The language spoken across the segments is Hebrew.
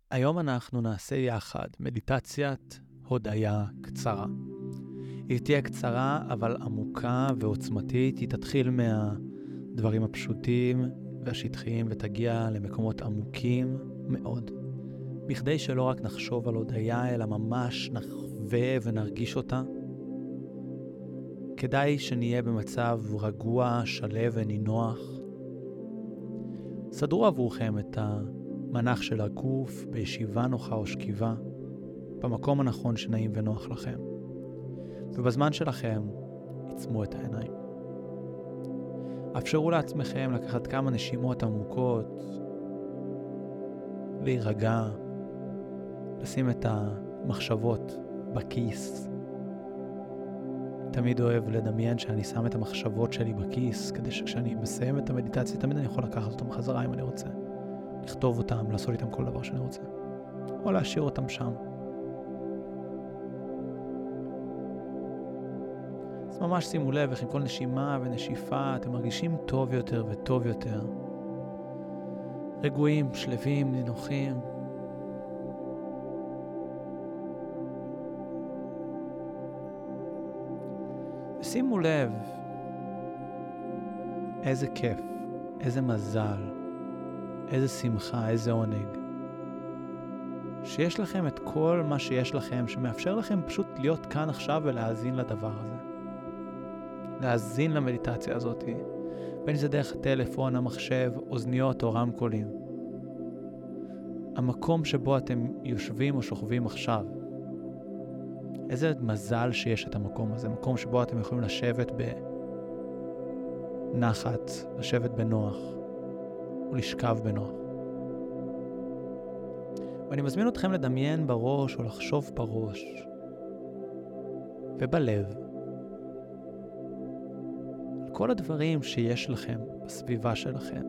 היום אנחנו נעשה יחד מדיטציית הודיה קצרה. היא תהיה קצרה אבל עמוקה ועוצמתית. היא תתחיל מהדברים הפשוטים והשטחיים ותגיע למקומות עמוקים מאוד. בכדי שלא רק נחשוב על הודיה אלא ממש נחווה ונרגיש אותה. כדאי שנהיה במצב רגוע, שלב ונינוח. סדרו עבורכם את המנח של הגוף בישיבה נוחה או שכיבה, במקום הנכון שנעים ונוח לכם. ובזמן שלכם, עצמו את העיניים. אפשרו לעצמכם לקחת כמה נשימות עמוקות, להירגע, לשים את המחשבות בכיס. תמיד אוהב לדמיין שאני שם את המחשבות שלי בכיס, כדי שכשאני מסיים את המדיטציה, תמיד אני יכול לקחת אותם חזרה אם אני רוצה. לכתוב אותם, לעשות איתם כל דבר שאני רוצה. או להשאיר אותם שם. אז ממש שימו לב איך עם כל נשימה ונשיפה אתם מרגישים טוב יותר וטוב יותר. רגועים, שלווים, נינוחים. ושימו לב איזה כיף, איזה מזל, איזה שמחה, איזה עונג. שיש לכם את כל מה שיש לכם, שמאפשר לכם פשוט להיות כאן עכשיו ולהאזין לדבר הזה. להאזין למדיטציה הזאת, בין זה דרך הטלפון, המחשב, אוזניות או רמקולים. המקום שבו אתם יושבים או שוכבים עכשיו. איזה מזל שיש את המקום הזה, מקום שבו אתם יכולים לשבת בנחת, לשבת בנוח, ולשכב בנוח. ואני מזמין אתכם לדמיין בראש או לחשוב בראש ובלב על כל הדברים שיש לכם בסביבה שלכם,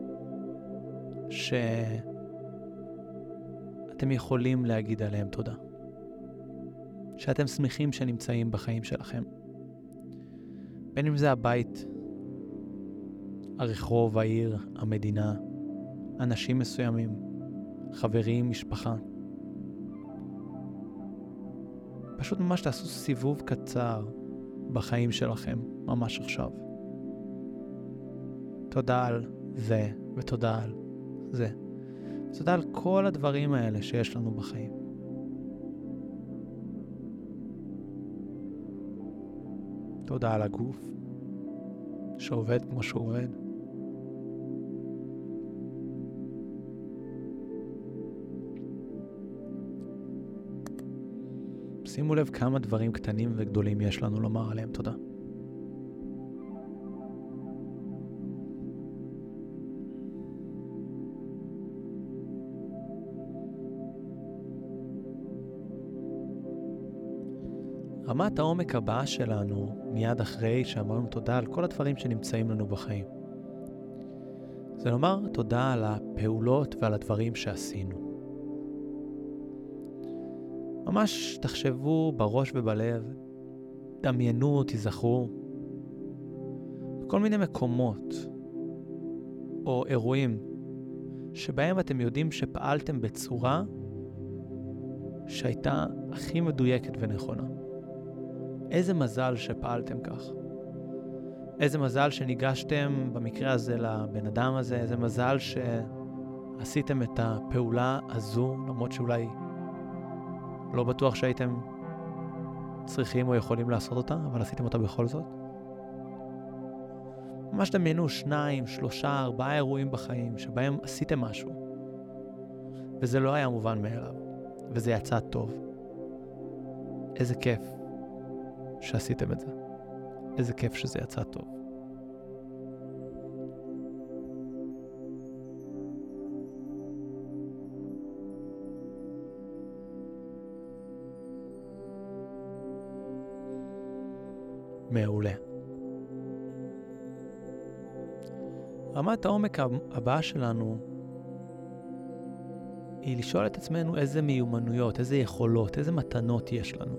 שאתם יכולים להגיד עליהם תודה. שאתם שמחים שנמצאים בחיים שלכם. בין אם זה הבית, הרחוב, העיר, המדינה, אנשים מסוימים, חברים, משפחה. פשוט ממש תעשו סיבוב קצר בחיים שלכם, ממש עכשיו. תודה על זה ותודה על זה. תודה על כל הדברים האלה שיש לנו בחיים. תודה על הגוף שעובד כמו שעובד. שימו לב כמה דברים קטנים וגדולים יש לנו לומר עליהם תודה. רמת העומק הבאה שלנו, מיד אחרי שאמרנו תודה על כל הדברים שנמצאים לנו בחיים. זה לומר תודה על הפעולות ועל הדברים שעשינו. ממש תחשבו בראש ובלב, דמיינו, תזכרו, כל מיני מקומות או אירועים שבהם אתם יודעים שפעלתם בצורה שהייתה הכי מדויקת ונכונה. איזה מזל שפעלתם כך. איזה מזל שניגשתם במקרה הזה לבן אדם הזה, איזה מזל שעשיתם את הפעולה הזו, למרות שאולי לא בטוח שהייתם צריכים או יכולים לעשות אותה, אבל עשיתם אותה בכל זאת. ממש דמיינו 2, 3, 4 אירועים בחיים שבהם עשיתם משהו, וזה לא היה מובן מאליו, וזה יצא טוב. איזה כיף שעשיתם את זה. איזה כיף שזה יצא טוב. מעולה. רמת העומק הבאה שלנו היא לשאול את עצמנו איזה מיומנויות, איזה יכולות, איזה מתנות יש לנו.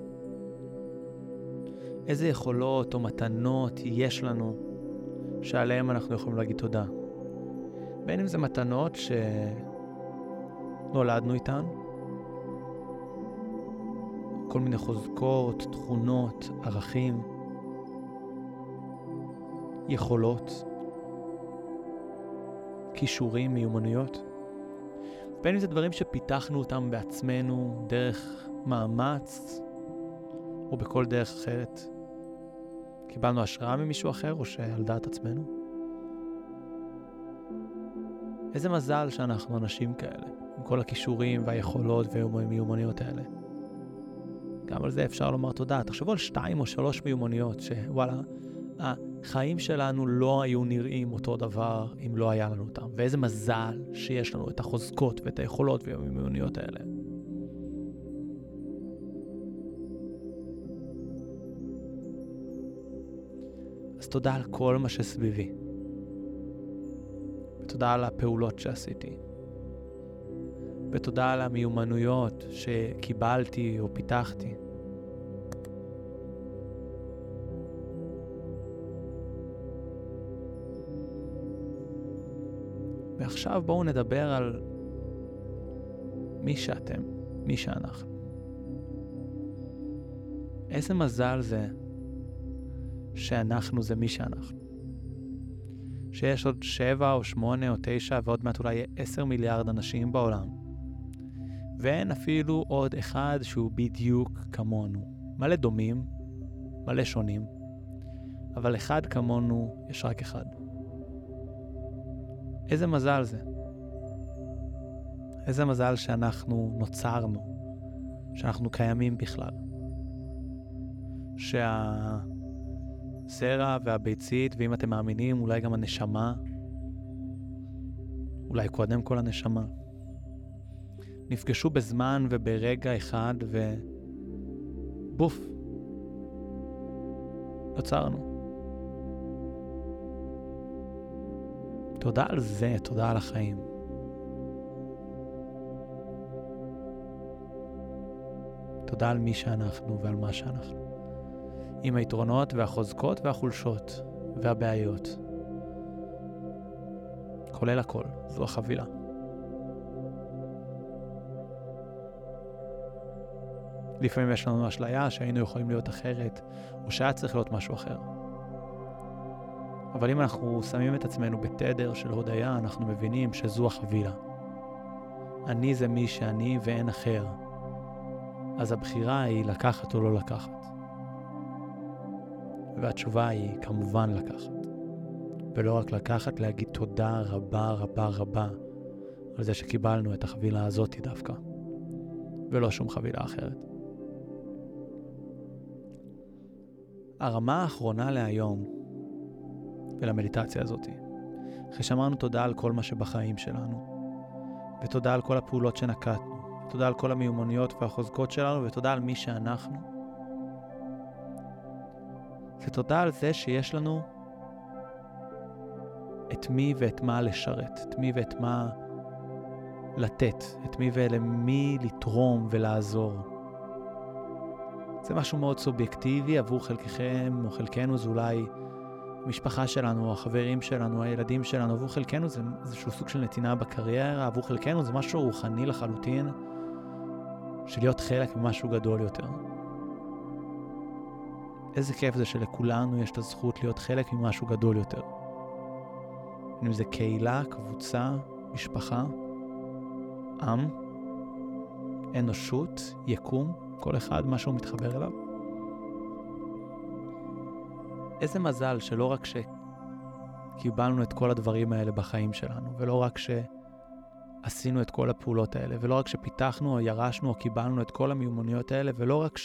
איזה יכולות או מתנות יש לנו שעליהם אנחנו יכולים להגיד תודה. בין אם זה מתנות שנולדנו איתן, כל מיני חוזקות, תכונות, ערכים, יכולות, כישורים, מיומנויות. בין אם זה דברים שפיתחנו אותם בעצמנו דרך מאמץ או בכל דרך אחרת. קיבלנו השראה ממישהו אחר או שעל דעת עצמנו. איזה מזל שאנחנו אנשים כאלה, עם כל הכישורים והיכולות והמיומנויות האלה. גם על זה אפשר לומר תודה. תחשבו על 2 או 3 מיומנויות שוואלה, החיים שלנו לא היו נראים אותו דבר אם לא היה לנו אותם. ואיזה מזל שיש לנו את החוזקות ואת היכולות והמיומנויות האלה. אז תודה על כל מה שסביבי. ותודה על הפעולות שעשיתי. ותודה על המיומנויות שקיבלתי או פיתחתי. ועכשיו בואו נדבר על מי שאתם, מי שאנחנו. איזה מזל זה שאנחנו זה מי שאנחנו. שיש עוד 7 או 8 או 9 ועוד מעט אולי 10 מיליארד אנשים בעולם. ואין אפילו עוד אחד שהוא בדיוק כמונו. מלא דומים, מלא שונים, אבל אחד כמונו יש רק אחד. איזה מזל זה. איזה מזל שאנחנו נוצרנו, שאנחנו קיימים בכלל. שהזרע והביצית, ואם אתם מאמינים, אולי גם הנשמה, אולי קודם כל הנשמה, נפגשו בזמן וברגע אחד ובוף, נוצרנו. תודה על זה, תודה על החיים. תודה על מי שאנחנו ועל מה שאנחנו. עם היתרונות והחוזקות והחולשות והבעיות. כולל הכל, זו החבילה. לפעמים יש לנו אשליה שהיינו יכולים להיות אחרת, או שהיה צריך להיות משהו אחר. אבל אם אנחנו שמים את עצמנו בתדר של הודיה, אנחנו מבינים שזו החבילה. אני זה מי שאני ואין אחר. אז הבחירה היא לקחת או לא לקחת. והתשובה היא כמובן לקחת. ולא רק לקחת, להגיד תודה רבה רבה רבה על זה שקיבלנו את החבילה הזאת דווקא. ולא שום חבילה אחרת. הרמה האחרונה להיום ולמדיטציה הזאת, אחרי שאמרנו תודה על כל מה שבחיים שלנו, ותודה על כל הפעולות שנקטנו, ותודה על כל המיומנויות והחוזקות שלנו, ותודה על מי שאנחנו, ותודה על זה שיש לנו את מי ואת מה לשרת, את מי ואת מה לתת, את מי ולמי לתרום ולעזור. זה משהו מאוד סובייקטיבי עבור חלקכם או חלקנו, זה אולי המשפחה שלנו, החברים שלנו, הילדים שלנו. עבור חלקנו זה איזשהו סוג של נתינה בקריירה, עבור חלקנו זה משהו רוחני לחלוטין, של להיות חלק ממשהו גדול יותר. איזה כיף זה שלכולנו יש את הזכות להיות חלק ממשהו גדול יותר. אם זה קהילה, קבוצה, משפחה, עם, אנושות, יקום, כל אחד משהו מתחבר אליו. איזה מזל שלא רק שקיבלנו את כל הדברים האלה בחיים שלנו, ולא רק שעשינו את כל הפעולות האלה, ולא רק שפיתחנו או ירשנו או קיבלנו את כל המיומנויות האלה, ולא רק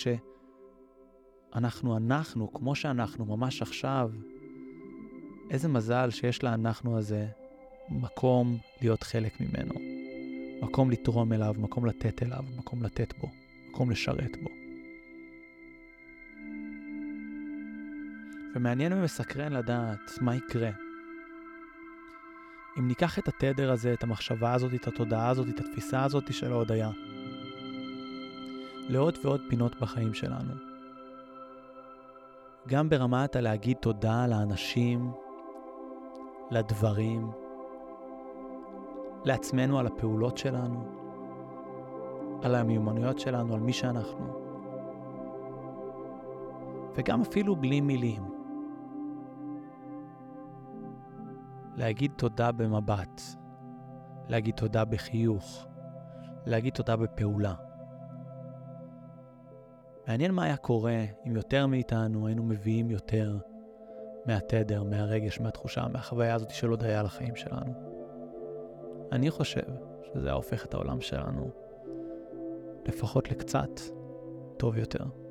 שאנחנו כמו שאנחנו ממש עכשיו. איזה מזל שיש לאנחנו הזה מקום להיות חלק ממנו, מקום לתרום אליו, מקום לתת אליו, מקום לתת בו, מקום לשרת בו. ומעניין ומסקרן לדעת מה יקרה אם ניקח את התדר הזה, את המחשבה הזאת, את התודעה הזאת, את התפיסה הזאת של ההודיה לעוד ועוד פינות בחיים שלנו. גם ברמת הלהגיד תודה לאנשים, לדברים, לעצמנו על הפעולות שלנו, על המיומנויות שלנו, על מי שאנחנו. וגם אפילו בלי מילים. להגיד תודה במבט, להגיד תודה בחיוך, להגיד תודה בפעולה. מעניין מה היה קורה אם יותר מאיתנו היינו מביאים יותר מהתדר, מהרגש, מהתחושה, מהחוויה הזאת של הודיה לחיים שלנו. אני חושב שזה הופך את העולם שלנו לפחות לקצת טוב יותר.